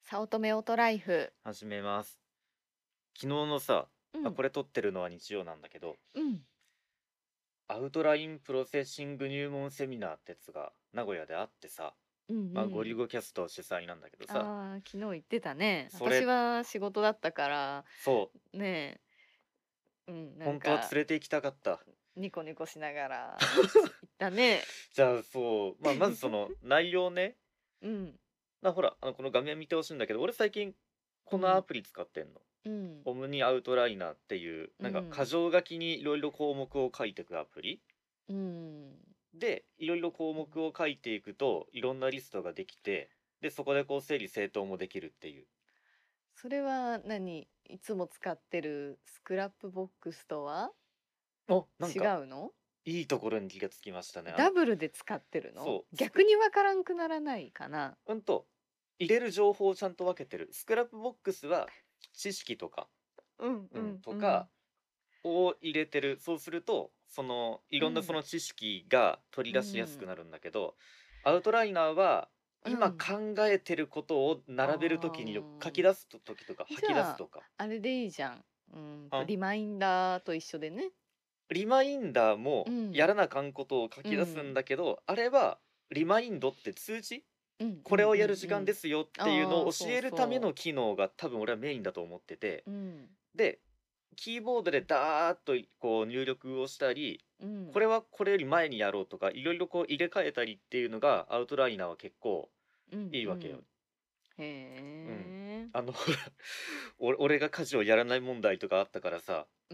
早乙女オートライフ。 始めます。昨日のさ、 うんこれ撮ってるのは日曜なんだけど、 うんアウトラインプロセッシング入門セミナーってやつが名古屋であってさ、 うんうゴリん。 ゴキャスト主催なんだけどさ、 ああ、昨日言ってたね。 それ、 私は仕事だったからそう、 ね。なん本当は連かれて行きたかった。 ニコニコしながら言ったね。 じゃあそう、まずその内容ね、 うんほら、この画面見てほしいんだけど、俺最近うんこのアプリ使ってんの。 うんオムニアウトライナーっていう、箇うん条書きにいろいろ項目を書いていくアプリ。 うんでいろいろ項目を書いていくといろんなリストができて、でそこでこう整理整頓もできるっていう。 それはいつも使ってるスクラップボックスとは違なんかうの？ いいところに気がつきましたね。 ダブルで使ってるの？ そう逆にわからんくならないかな。 入れる情報をちゃんと分けてる。スクラップボックスは知識とか、 うんうんうんとかを入れてる。そうするとそのいろんなそうんの知識が取うり出しやすくんなるんだけど、アウトライナーは今うん考えてることを並べるときに書きあ出す時とかじ吐き出すゃあ、 とか。 あれでいいじゃん。 あリマインダーと一緒でね。 リマインダーうもやん、 らなあかんことを書うき出すんん、 だけど、あれはリマインドって通知、 うん、うん、 これをうん、 やる時間うん。 ですよっていうのああ、 を教そうえるためその機能が多分俺はメインだと思ってて、 う。うん、 でキーボードでダーッとこう入力をしたり、 うん、 これはこれより前にやろうとかいろいろこう入れ替えたりっていうのがアウトライナーは結構うん、 いいわけよ。 うん。 うん。 へえ。 ほら俺が家事をやらない問題とかあったからさ、 うん、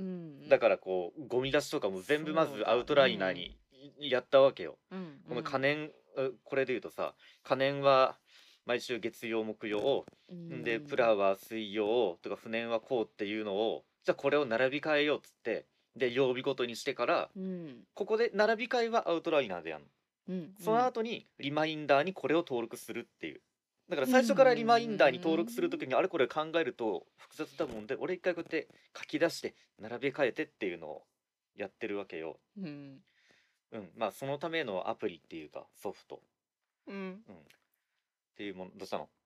だからこうゴミ出しとかも全部まそうだずアウトライナーね。 にやったわけよ。 うん、うこの可ん、 燃、これで言うとさ、可燃は毎週月曜木曜うで、プラん、 は水曜とか不燃はこうっていうのを、じゃあこれを並び替えようっつって、で曜日ごとにしてから、 うん、 ここで並び替えはアウトライナーでやるの。 うん、うそのん。 後にリマインダーにこれを登録するっていう。だからう最初からリマインダーに登録するときん、 にあれこれ考えると複雑だもんで、俺一回こうやって書き出して並べ替えてっていうのをやってるわけよ。 うん、 そのためのアプリっていうかソフト、 うん、 っていうもの。どうしたの？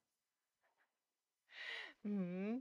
うん。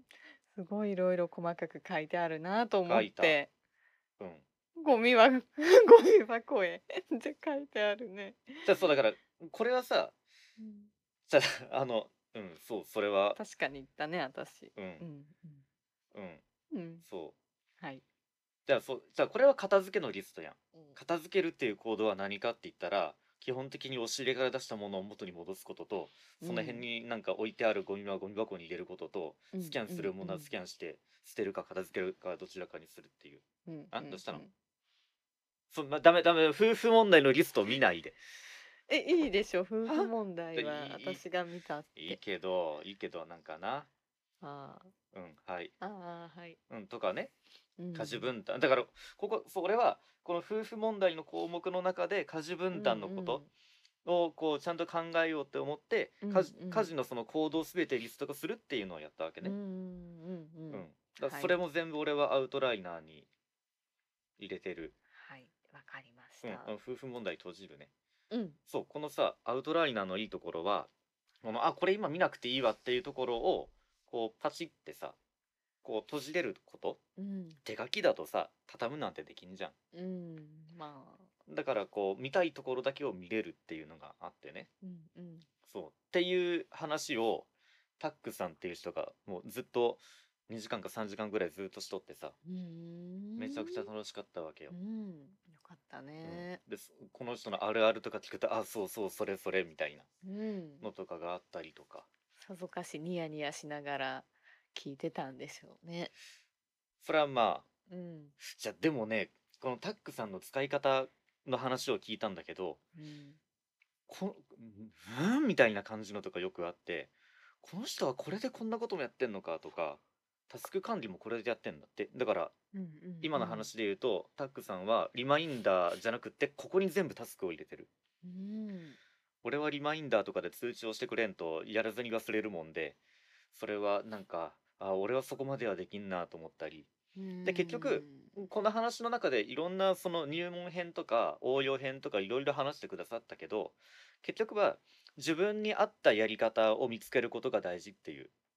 すごいいろいろ細かく書いてあるなと思書いた。 って。 うん。 ゴミはゴミ箱へって書いてあるね。 じゃあそうだから、これはさ、 うん、 じゃあそう、それは、 確かに言ったね、私。 うん、 うんうん、 うん。うん。 そう。 はい。 じゃあこれは片付けのリストやん。 うん片付けるっていう行動は何かって言ったら、基本的に押し入れから出したものを元に戻すことと、その辺うんになんか置いてあるゴミはゴミ箱に入れることと、 うんスキャンうんするものはスキャンして捨てるか片付けるかどちらかにするっていう。 うんうどうしたの？ んうん。 ダメダメ、夫婦問題のリストを見ないで。 いいでしょ、夫婦は問題はい私が見たっいいて。 けど、いいけど、なんかな。 あはい。 あ、ああ、はい。 とかね。家事うん分担。だから、それは、この夫婦問題の項目の中で家事分うん担のことを、こう、ちゃんと考えようって思って、 うん家事のその行動すべてリスト化するっていうのをやったわけうんうね。 んうんうん。 だからはいそれも全部俺はアウトライナーに入れてる。 はい、わかりました。 夫婦問題閉じるね。 うんそう、このさ、アウトライナーのいいところは、これ今見なくていいわっていうところを、こう、パチってさ、こう、閉じれること。 うん手書きだとさ、畳むなんてできんじゃん。 うんまあだからこう見たいところだけを見れるっていうのがあってね。 うんそうっていう話をタックさんっていう人がもうずっと2時間か3時間ぐらいずっとしとってさ、めちゃくちゃ楽しかったわけよ。 よかったね。 この人のあるあるとか聞くと、あ、そうそう、それそれみたいなうんのとかがあったりとか。 さぞかしニヤニヤしながら聞いてたんでしょうね。 それはまあ、 うんじゃあでもね、このタックさんの使い方の話を聞いたんだけど、 うんこみたいな感じのとかよくあって、この人はこれでこんなこともやってんのかとか、タスク管理もこれでやってんだって。だからうん今の話で言うとタックさんはリマインダーじゃなくってここに全部タスクを入れてる。 うん俺はリマインダーとかで通知をしてくれんとやらずに忘れるもんで、それはなんか俺はそこまではできんなと思ったり。 うで結局んこの話の中でいろんなその入門編とか応用編とかいろいろ話してくださったけど、結局は自分に合ったやり方を見つけることが大事っていう。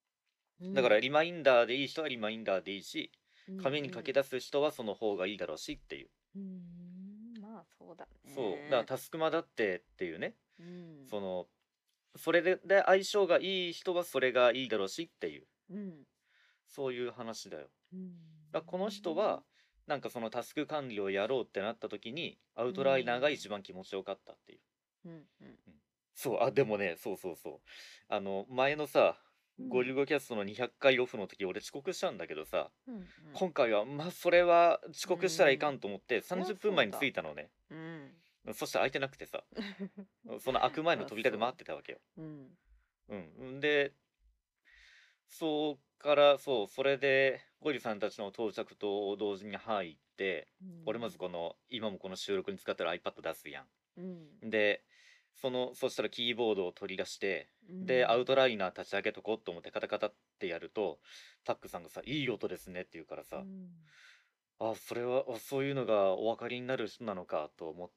だからリマインダーでいい人はリマインダーでいいし、 うん紙に書き出す人はその方がいいだろうしっていう。 まあそうだそうだからね。 タスクマだってっていうね、 うんそのそれで相性がいい人はそれがいいだろうしっていう、 うんそういう話だよ。 うんだからこの人はなんかそのタスク管理をやろうってなった時にアウうトライナーがん一番気持ちよかったっていう。 うんそう、でもね、そうそうそう。前のさ、ゴリゴキャストの200回オフの時、俺遅刻したんだけどさ、 うん今回は、それは遅刻したらいかんと思って、 いや 30分前に着いたのね。 うんそしたら空いてなくてさ、その開く前の扉で待ってたわけよ。 うんで、そうから、そう、それで、ゴリさんたちの到着と同時に入って、俺まず今もこの収録に使ってる iPad 出すやん。で、そしたらキーボードを取り出して、で、アウトライナー立ち上げとこうと思ってカタカタってやると、タックさんがさ、いい音ですねって言うからさ、それは、そういうのがお分かりになる人なのかと思って、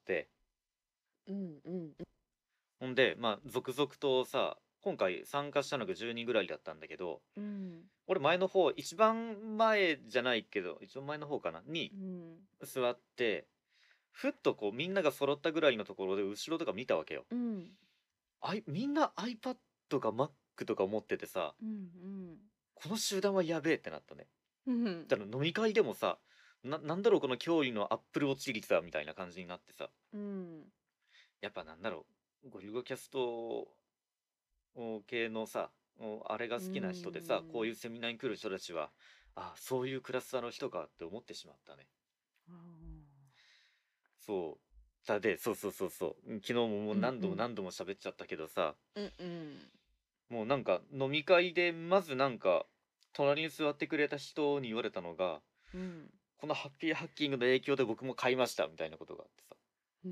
ほんで、続々とさ、今回参加したのが10人ぐらいだったんだけど、俺前の方、一番前じゃないけど、一番前の方かなに座って、ふっとこうみんなが揃ったぐらいのところで後ろとか見たわけよ。みんな iPad か Mac とか持っててさ、この集団はやべえってなったね。だから飲み会でもさ、なんだろうこの驚異の Apple Watch 率だみたいな感じになってさ、やっぱなんだろう、ゴリゴキャスト系のさ、あれが好きな人でさ、こういうセミナーに来る人たちは、そういうクラスターの人かって思ってしまったね。そう。そうそうそうそう。昨日ももう何度も何度も喋っちゃったけどさ、もうなんか飲み会でまずなんか隣に座ってくれた人に言われたのが、このハッピーハッキングの影響で僕も買いましたみたいなことがあってさ。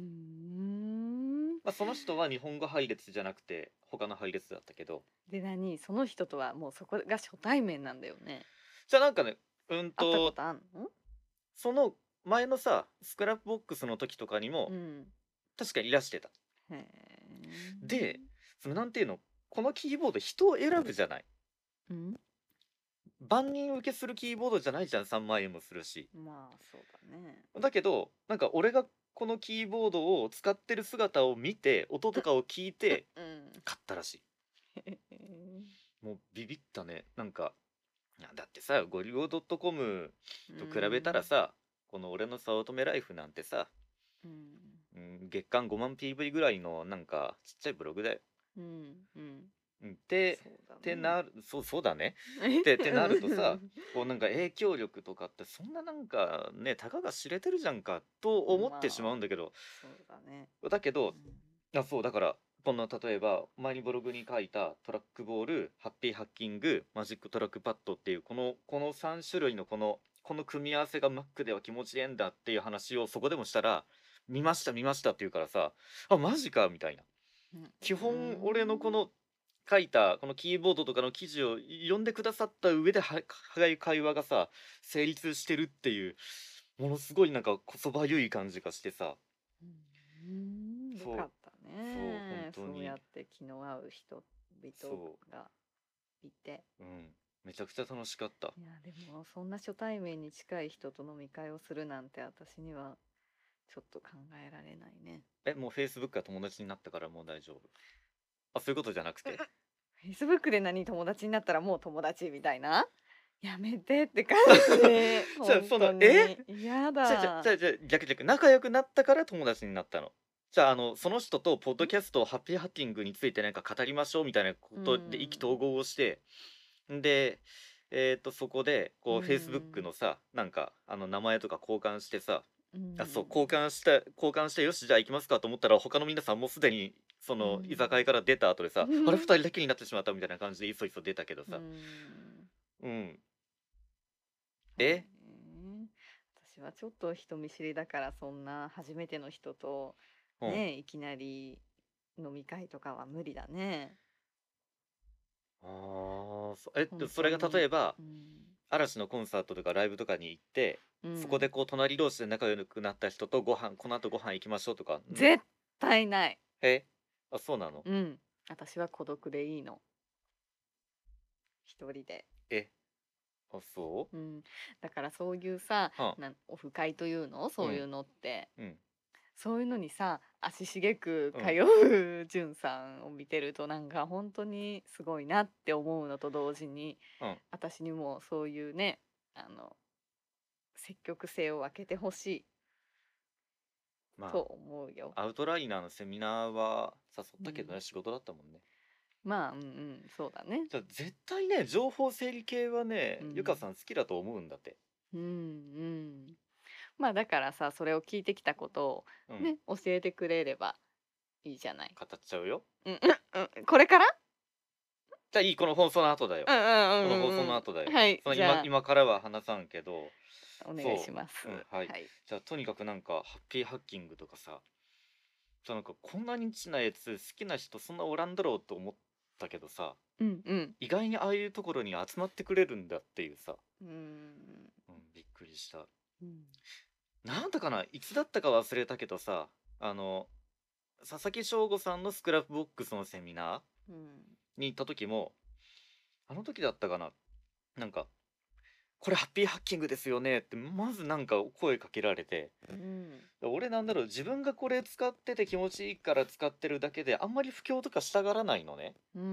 その人は日本語配列じゃなくて他の配列だったけど。 でその人とはもうそこが初対面なんだよね。 じゃあなんかね、 会ったことあんの？ その前のさ、スクラップボックスの時とかにも、確かにいらしてた。で、なんていうの、このキーボード人を選ぶじゃない。万人受けするキーボードじゃないじゃん、3万円もするし。 まあそうだね。 だけど、なんか俺がこのキーボードを使ってる姿を見て、音とかを聞いて、買ったらしい。もうビビったね。なんか、だってさ、ゴリゴ .com と比べたらさ、この俺の早乙女ライフなんてさ、月間5万 PV ぐらいのなんかちっちゃいブログだよ。そうだね。ってなるとさ、こうなんか影響力とかってそんななんかね、たかが知れてるじゃんかと思ってしまうんだけど、だけど、そうだからこんな例えば前にブログに書いたトラックボール、ハッピーハッキング、マジックトラックパッドっていうこの3種類のこの組み合わせが Mac では気持ちいいんだっていう話をそこでもしたら、見ましたって言うからさ、マジかみたいな。基本俺のこの書いたこのキーボードとかの記事を読んでくださった上で会話がさ成立してるっていう、ものすごいなんかこそばゆい感じがしてさ。 よかったね。そうやって気の合う人々がいて。 めちゃくちゃ楽しかった。 いやでもそんな初対面に近い人と飲み会をするなんて私にはちょっと考えられないね。 もう Facebook が友達になったからもう大丈夫？そういうことじゃなくて。 Facebook で友達になったらもう友達みたいな？やめてって感じ。嫌だ。 じゃあ逆仲良くなったから友達になったの？じゃあその人とポッドキャストハッピーハッキングについてなんか語りましょうみたいなことで意気投合をして、でそこでこう Facebook のさなんか名前とか交換してさ、そう交換してよしじゃあ行きますかと思ったら他の皆さんもうすでにその居酒屋から出た後でさ、あれ2人だけになってしまったみたいな感じでいそいそ出たけどさ、 私はちょっと人見知りだからそんな初めての人といきなり飲み会とかは無理だね。 それが例えば、嵐のコンサートとかライブとかに行って、そこでこう隣同士で仲良くなった人とこの後ご飯行きましょうとか。 絶対ない。 そうなの？ 私は孤独でいいの。一人で。 え、あ、そうん、だからそういうさ、 う。はオフ会というの、 うん、 そういうのって、 うん、 そういうのにさ、足しげく通うん、 うじゅんさんを見てるとなんか本当にすごいなって思うのと同時に、 うん。 私にもそういうね、あの、積極性を分けてほしいとま思うよ。 あ、アウトライナーのセミナーは誘っうん。 たけどね、仕事だったもんね。 まあ、うんうん、そうだね。 じゃあ絶対ね、情報整理系はね、ゆかうん。 さん好きだと思うんだって。 うんうん。まあだからさ、それを聞いてきたことをうん、 ね、教えてくれればいいじゃない。 語っちゃうよ。 うんうんうん。これから？ じゃあいい、この放送の後だよ。 うんうんこの放送うんうんの後だよ。 うん。はい、 その今、 じゃあ今からは話さんけど、 お願いしそます。 う、うん、はい。 はい。 じゃあとにかくなんか、ハッピーハッキングとかさ、じゃあなんかこんなニッチなやつ好きな人そんなおらんだろうと思ったけどさ、 うんうん。 意外にああいうところに集まってくれるんだっていうさ、 うーん。 うん、びっくりした。 うん。 なんだかな、いつだったか忘れたけどさ、佐々木翔吾さんのスクラップボックスのセミナうん。 ーに行った時も、あの時だったかな、なんか、これハッピーハッキングですよねってまずなんか声かけられて、 うん。 俺なんだろう、自分がこれ使ってて気持ちいいから使ってるだけであんまり布教とかしたがらないのね。 うん。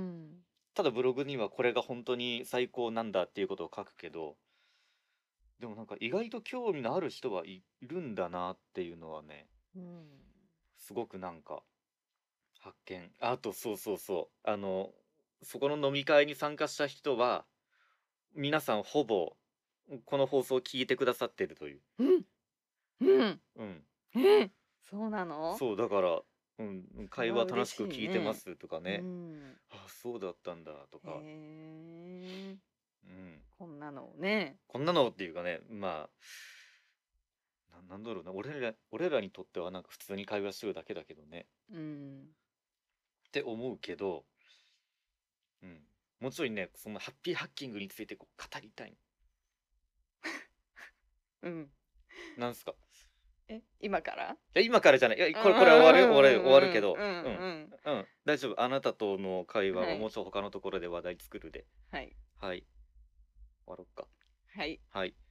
ただブログにはこれが本当に最高なんだっていうことを書くけど、でもなんか意外と興味のある人はいるんだなっていうのはね、 うん。 すごくなんか発見。あとそうそうそう、そこの飲み会に参加した人は皆さんほぼこの放送を聞いてくださってるという。 うん。うん。 うん。 そうなの？ そうだから、うん、 それ会話楽しくは嬉しい聞いてまね。 すとかうね。 ん。 あ、そうだったんだとへか。 え。 うん。 こんなのをね。 こんなのっていうかね、まあ、なんだろうな、俺らにとってはなんか普通に会話してるだけだけどね。 うん。 って思うけど、うん。もちろんね、そのハッピーハッキングについてこう語りたい。 うん。 なんすか？ 今から？ いや、今からじゃない。いや、 うんこれ終わるよ、終わるけうんど。 うんうん。 うんうん。大丈夫。あなたとの会話はい。 はもうちょっと他のところで話題作るで。 はい。 はい。終わろっか。 はい。 はい。